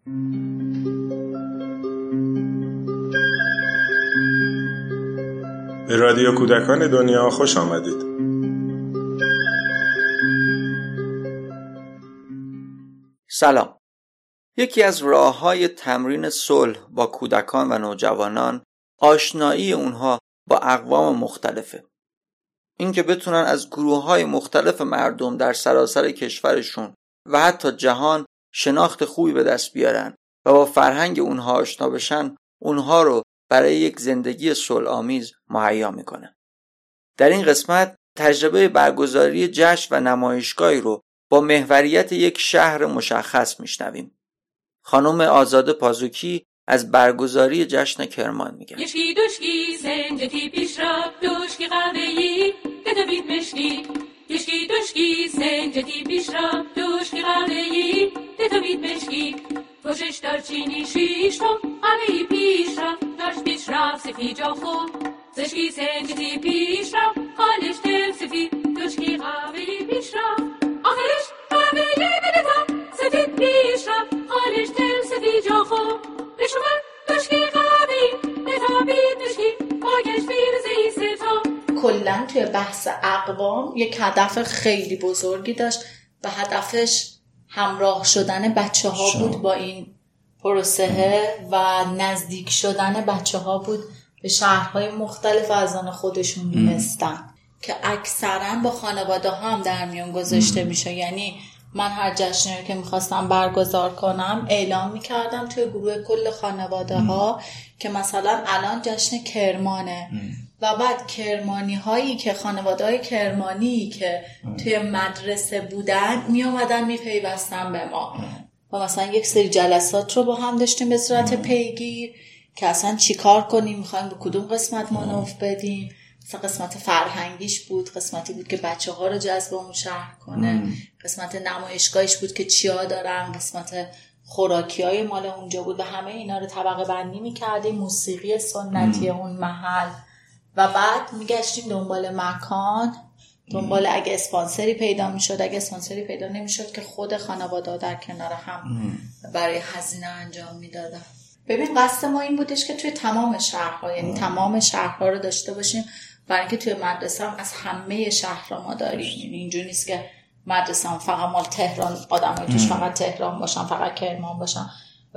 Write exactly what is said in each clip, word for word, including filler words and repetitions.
به رادیو کودکان دنیا خوش آمدید. سلام. یکی از راه‌های تمرین صلح با کودکان و نوجوانان آشنایی اونها با اقوام مختلفه. این که بتونن از گروه‌های مختلف مردم در سراسر کشورشون و حتی جهان شناخت خوبی به دست بیارن و با فرهنگ اونها آشنا بشن، اونها رو برای یک زندگی صلح‌آمیز مهیا میکنه. در این قسمت تجربه برگزاری جشن و نمایشگاهی رو با محوریت یک شهر مشخص میشنویم. خانم آزاده پازوکی از برگزاری جشن کرمان میگه. یشکی دوشکی سنجتی پیش را دوشکی قهوه‌ای بدوید مشکی. یشکی دوشکی سنجتی پیش را دوشکی قهوه‌ای بدوید مشکی. پشش دارچینی شیش تو قهوه‌ای پیش را داشت پیش را سفی جا خوب. زشکی سنجتی پیش را خالش دل سفی دوشکی قهوه‌ای پیش را آخرش قهوه‌ای بدتا سفید پیش را خالش دل سفی جا خوب. بشومن دوشکی قهوه‌ای بتابید دوشکی باگش بیرزهی ستا. کلن توی بحث اقوام یک هدف خیلی بزرگی داشت و هدفش همراه شدن بچه ها شا. بود با این پروسه و نزدیک شدن بچه ها بود به شهرهای مختلف از آن خودشون می‌نستن که اکثرا با خانواده ها هم در میان گذاشته میشه. یعنی من هر جشنی که میخواستم برگزار کنم اعلام میکردم توی گروه کل خانواده ها که مثلا الان جشن کرمانه و بعد کرمانی هایی که خانواده های کرمانی که توی مدرسه بودن می اومدن می پیوستن به ما و مثلا یک سری جلسات رو با هم داشتیم به صورت پیگیر که اصلا چی کار کنیم، میخوایم به کدوم قسمت مانور بدیم. مثلا قسمت فرهنگیش بود، قسمتی بود که بچه ها رو جذب اون شهر کنه، ام. قسمت نمایشگاهش بود که چیا دارن، قسمت خوراکی های مال اونجا بود و همه اینا رو طبقه بندی میکردیم، موسیقی سنتی ام. اون محل و بعد میگشتیم دنبال مکان، دنبال اگه اسپانسری پیدا میشد، اگه اسپانسری پیدا نمیشد که خود خانواده در کنار هم ام. برای هزینه انجام میدادن. ببین قصد ما این بودش که توی تمام شهرها، یعنی تمام شهرها رو داشته باشیم، برای اینکه توی مدرسه هم از همه شهرها ما داریم. یعنی اینجوری نیست که مدرسه هم فقط مال تهران آدمای توش فقط تهران باشن، فقط کرمان باشن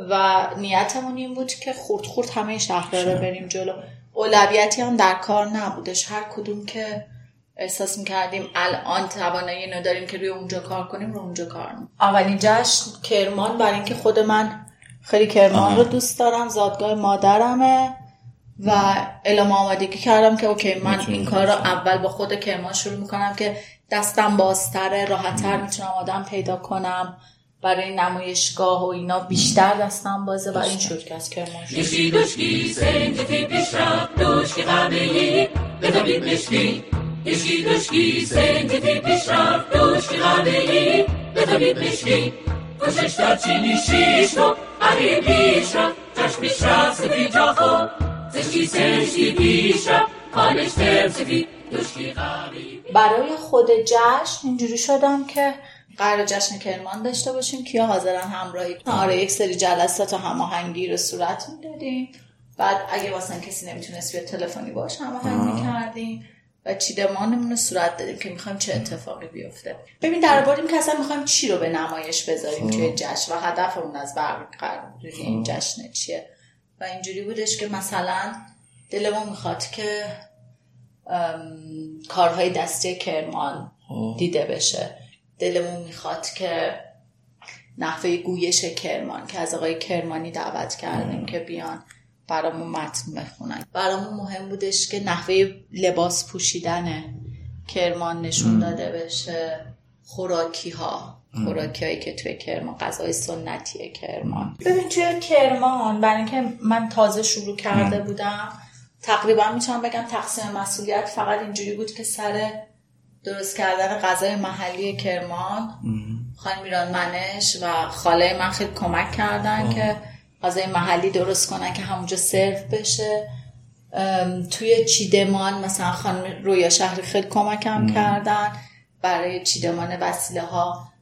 و نیتمون این بود که خورد خورد همه شهرها رو بریم جلو. اولویتی هم در کار نبودش، هر کدوم که احساس می‌کردیم الان توانایی اینو داریم که روی اونجا کار کنیم رو اونجا کار کنیم. اولین جشن کرمان برای اینکه خود من خیلی کرمان رو دوست دارم، زادگاه مادرمه و اعلام آمادگی کردم که اوکی من این کار رو اول با خود کرمان شروع میکنم که دستم بازتره، راحت‌تر میتونم آدم پیدا کنم برای نمایشگاه و اینا، بیشتر دستم بازه و این شد که از کرمان شد. یشکی دوشکی سنجتی پیش را دوشکی قهوه‌ای بدوید مشکی. یشکی دوشکی سنجتی پیش را دوشکی قهوه‌ای بدوید مشکی. پشش دارچینی شیش تو قهوه‌ای پیش را جاش پیش را سفید جا خوب. زشکی سنجتی پیش را خالش دل سفید دوشکی قهوه‌ای. برای خود جشن اینجوری شدم که قرار جشن کرمان داشته باشیم، کیا حاضرن همراهی کنن. آره یک سری جلسات و هماهنگی رو صورت میدادیم، بعد اگه واسه کسی نمیتونست بیاد تلفنی باشه هماهنگ میکردیم و چیدمانمون رو صورت دادیم که میخوایم چه اتفاقی بیفته. ببین در باریم که اصلا میخوایم چی رو به نمایش بذاریم توی جشن و هدفمون از برگزاری این جشن چیه و اینجوری بودش که مثلا دلمون میخواد که کارهای دستی کرمان دیده بشه، دلمون میخواد که نحوه گویش کرمان که از آقای کرمانی دعوت کردیم که بیان برامون متن بخونن. برامون مهم بودش که نحوه لباس پوشیدن کرمان نشون داده بشه، خوراکی ها خوراکی هایی که توی کرمان، غذای سنتی کرمان. ببین توی کرمان برای اینکه من تازه شروع کرده بودم تقریبا میتونم بگم تقسیم مسئولیت فقط اینجوری بود که سر درست کردن غذای محلی کرمان خانم میران منش و خاله من خیلی کمک کردن آه. که غذای محلی درست کنن که همونجا سرو بشه. توی چیدمان مثلا خانم رویا شهری خیلی کمکم کردن برای چیدمان وسیله ها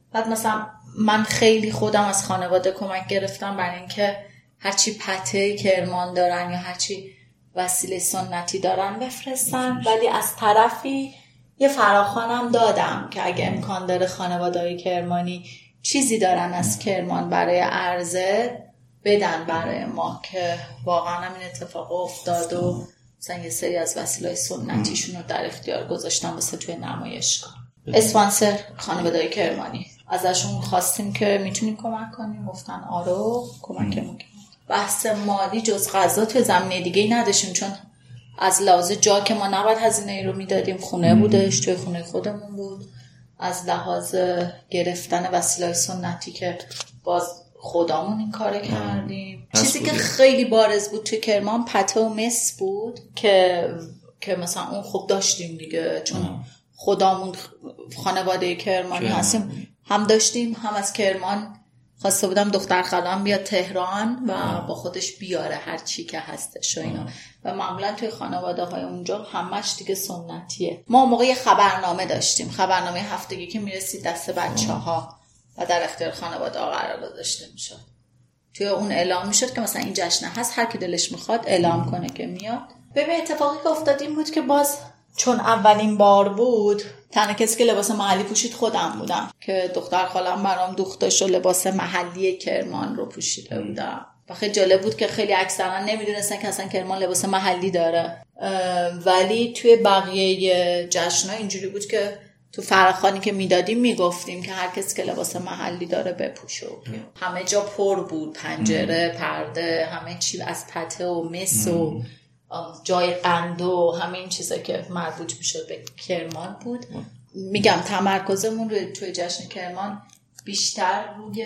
بعد مثلا من خیلی خودم از خانواده کمک گرفتم برای اینکه هرچی پته کرمان دارن یا هرچی وسیله سنتی دارن بفرستن، ولی از طرفی یه فراخوانم دادم که اگه امکان داره خانواده‌های کرمانی چیزی دارن از کرمان برای عرضه بدن برای ما، که واقعا همین اتفاق افتاد و مثلا یه سری از وسیله سنتیشون رو در اختیار گذاشتم واسه توی نمایشگاه. اسپانسر خانواده‌های کرمانی ازشون خواستیم که میتونیم کمک کنیم، گفتن آره کمکمون کنیم. بحث مالی جز غذا توی زمینه دیگه نداشتیم، چون از لحاظ جا که ما نباید هزینه ای رو میدادیم، خونه بودش، توی خونه خودمون بود. از لحاظ گرفتن وسیله سنتی که باز خودمون این کار کردیم. چیزی که خیلی بارز بود توی کرمان پته و مس بود که که مثلا اون خوب داشتیم دیگه، چون خودمون خانواده کرمانی هستیم، هم داشتیم هم از کرمان خواسته بودم دختر خاله‌ام بیاد تهران و با خودش بیاره هر چی که هستش و اینا، و معمولا توی خانواده های اونجا همش دیگه سنتیه. ما موقع یه خبرنامه داشتیم، خبرنامه هفتگی که میرسید دست بچه ها و در اختیار خانواده ها قرار داشته میشد. توی اون اعلام میشد که مثلا این جشن هست، هر کی دلش میخواد اعلام کنه که میاد. ببین اتفاقی که افتاد این بود که باز چون اولین بار بود، تنها کسی که لباس محلی پوشید خودم بودم که دختر خالم برام دوختش و لباس محلی کرمان رو پوشیده بودم و خیلی جالب بود که خیلی اکثرا نمیدونستن که اصلا کرمان لباس محلی داره. ولی توی بقیه جشن‌ها اینجوری بود که تو فراخوانی که میدادیم میگفتیم که هر کسی که لباس محلی داره بپوشه. همه جا پر بود، پنجره، پرده، همه چی از پته و مس و جای قند و همه این چیزا که مربوط میشد به کرمان بود. میگم تمرکزمون روی توی جشن کرمان بیشتر روی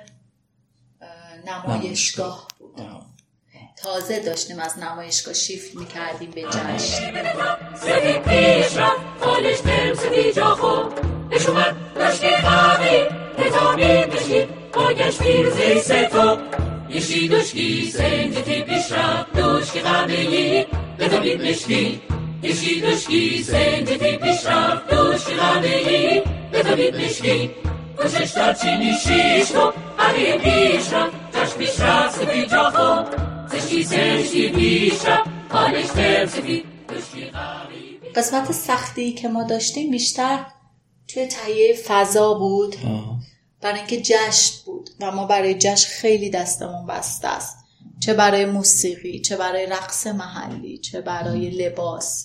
نمایشگاه بود. تازه داشتیم از نمایشگاه شیفت میکردیم به جشن. سدی پیش رفت خالش ترم سدی جا خوب نشومد داشتی خواهی نظامی بشید باگش پیرزی ستو یشی دوشکی سنجتی پیش رفت دوشکی قبلی بدامید مشکی یشی دوشکی سنجتی پیش رفت دوشکی قبلی بدامید مشکی کشش در چینی شیش تو علی پیش رفت جشن پیش رفت سدی جا خوب زشتی سنجتی پیش رفت خالش ترم سدی دوشکی قبلی. قسمت سختی که ما داشتیم بیشتر توی تهیه فضا بود، برای اینکه جشن بود و ما برای جشن خیلی دستمون بسته است، چه برای موسیقی، چه برای رقص محلی، چه برای لباس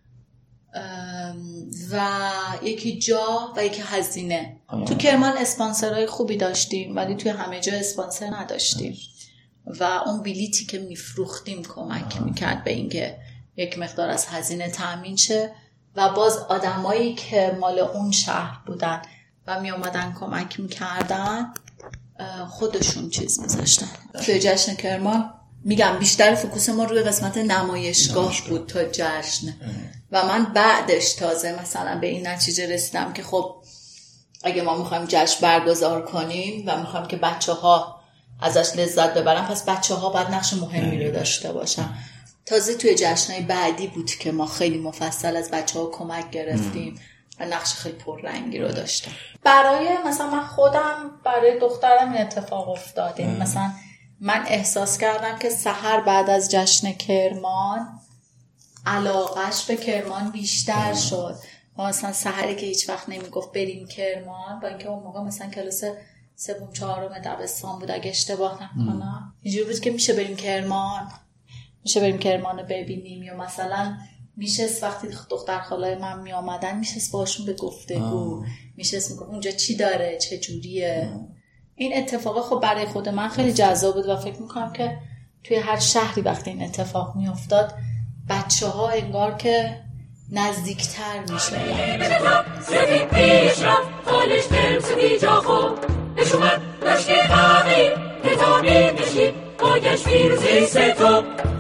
و یکی جا و یکی هزینه. تو کرمان اسپانسرهای خوبی داشتیم ولی توی همه جا اسپانسر نداشتیم و اون بلیتی که میفروختیم کمک میکرد به اینکه یک مقدار از هزینه تأمین شه و باز آدمایی که مال اون شهر بودن و می اومدن کمک میکردن خودشون چیز میذاشتن. توی جشن کرمان میگم بیشتر فوکوس ما روی قسمت نمایشگاه بود تا جشن و من بعدش تازه مثلا به این نتیجه رسیدم که خب اگه ما میخوایم جشن برگزار کنیم و میخوایم که بچه ها ازش لذت ببرن، پس بچه ها باید نقش مهمی رو داشته باشن. تازه توی جشنهای بعدی بود که ما خیلی مفصل از بچه ها کمک گرفتیم و نقش خیلی پررنگی رو داشتم. برای مثلا من خودم برای دخترم این اتفاق افتاد. یعنی مثلا من احساس کردم که سحر بعد از جشن کرمان علاقش به کرمان بیشتر شد. مثلا سحری که هیچ وقت نمیگفت بریم کرمان، با اینکه اون موقع مثلا کلاس سوم چهارم دبستان بود اگه اشتباه نکنم، اینجوری بود که میشه بریم کرمان، میشه بریم کرمان رو ببینیم، یا مثلا میشست وقتی دختر خالای من می آمدن میشست باشون به گفتگو، میشست میگفت اونجا چی داره، چه جوریه. این اتفاق خب برای خود من خیلی جذاب بود و فکر میکنم که توی هر شهری وقتی این اتفاق میافتاد بچه ها انگار که نزدیکتر میشدن. سدی پیش رفت خالش ترم سدی جا خوب نشومد داشتی خواهی نظامی بشید باگش پیرزی ستو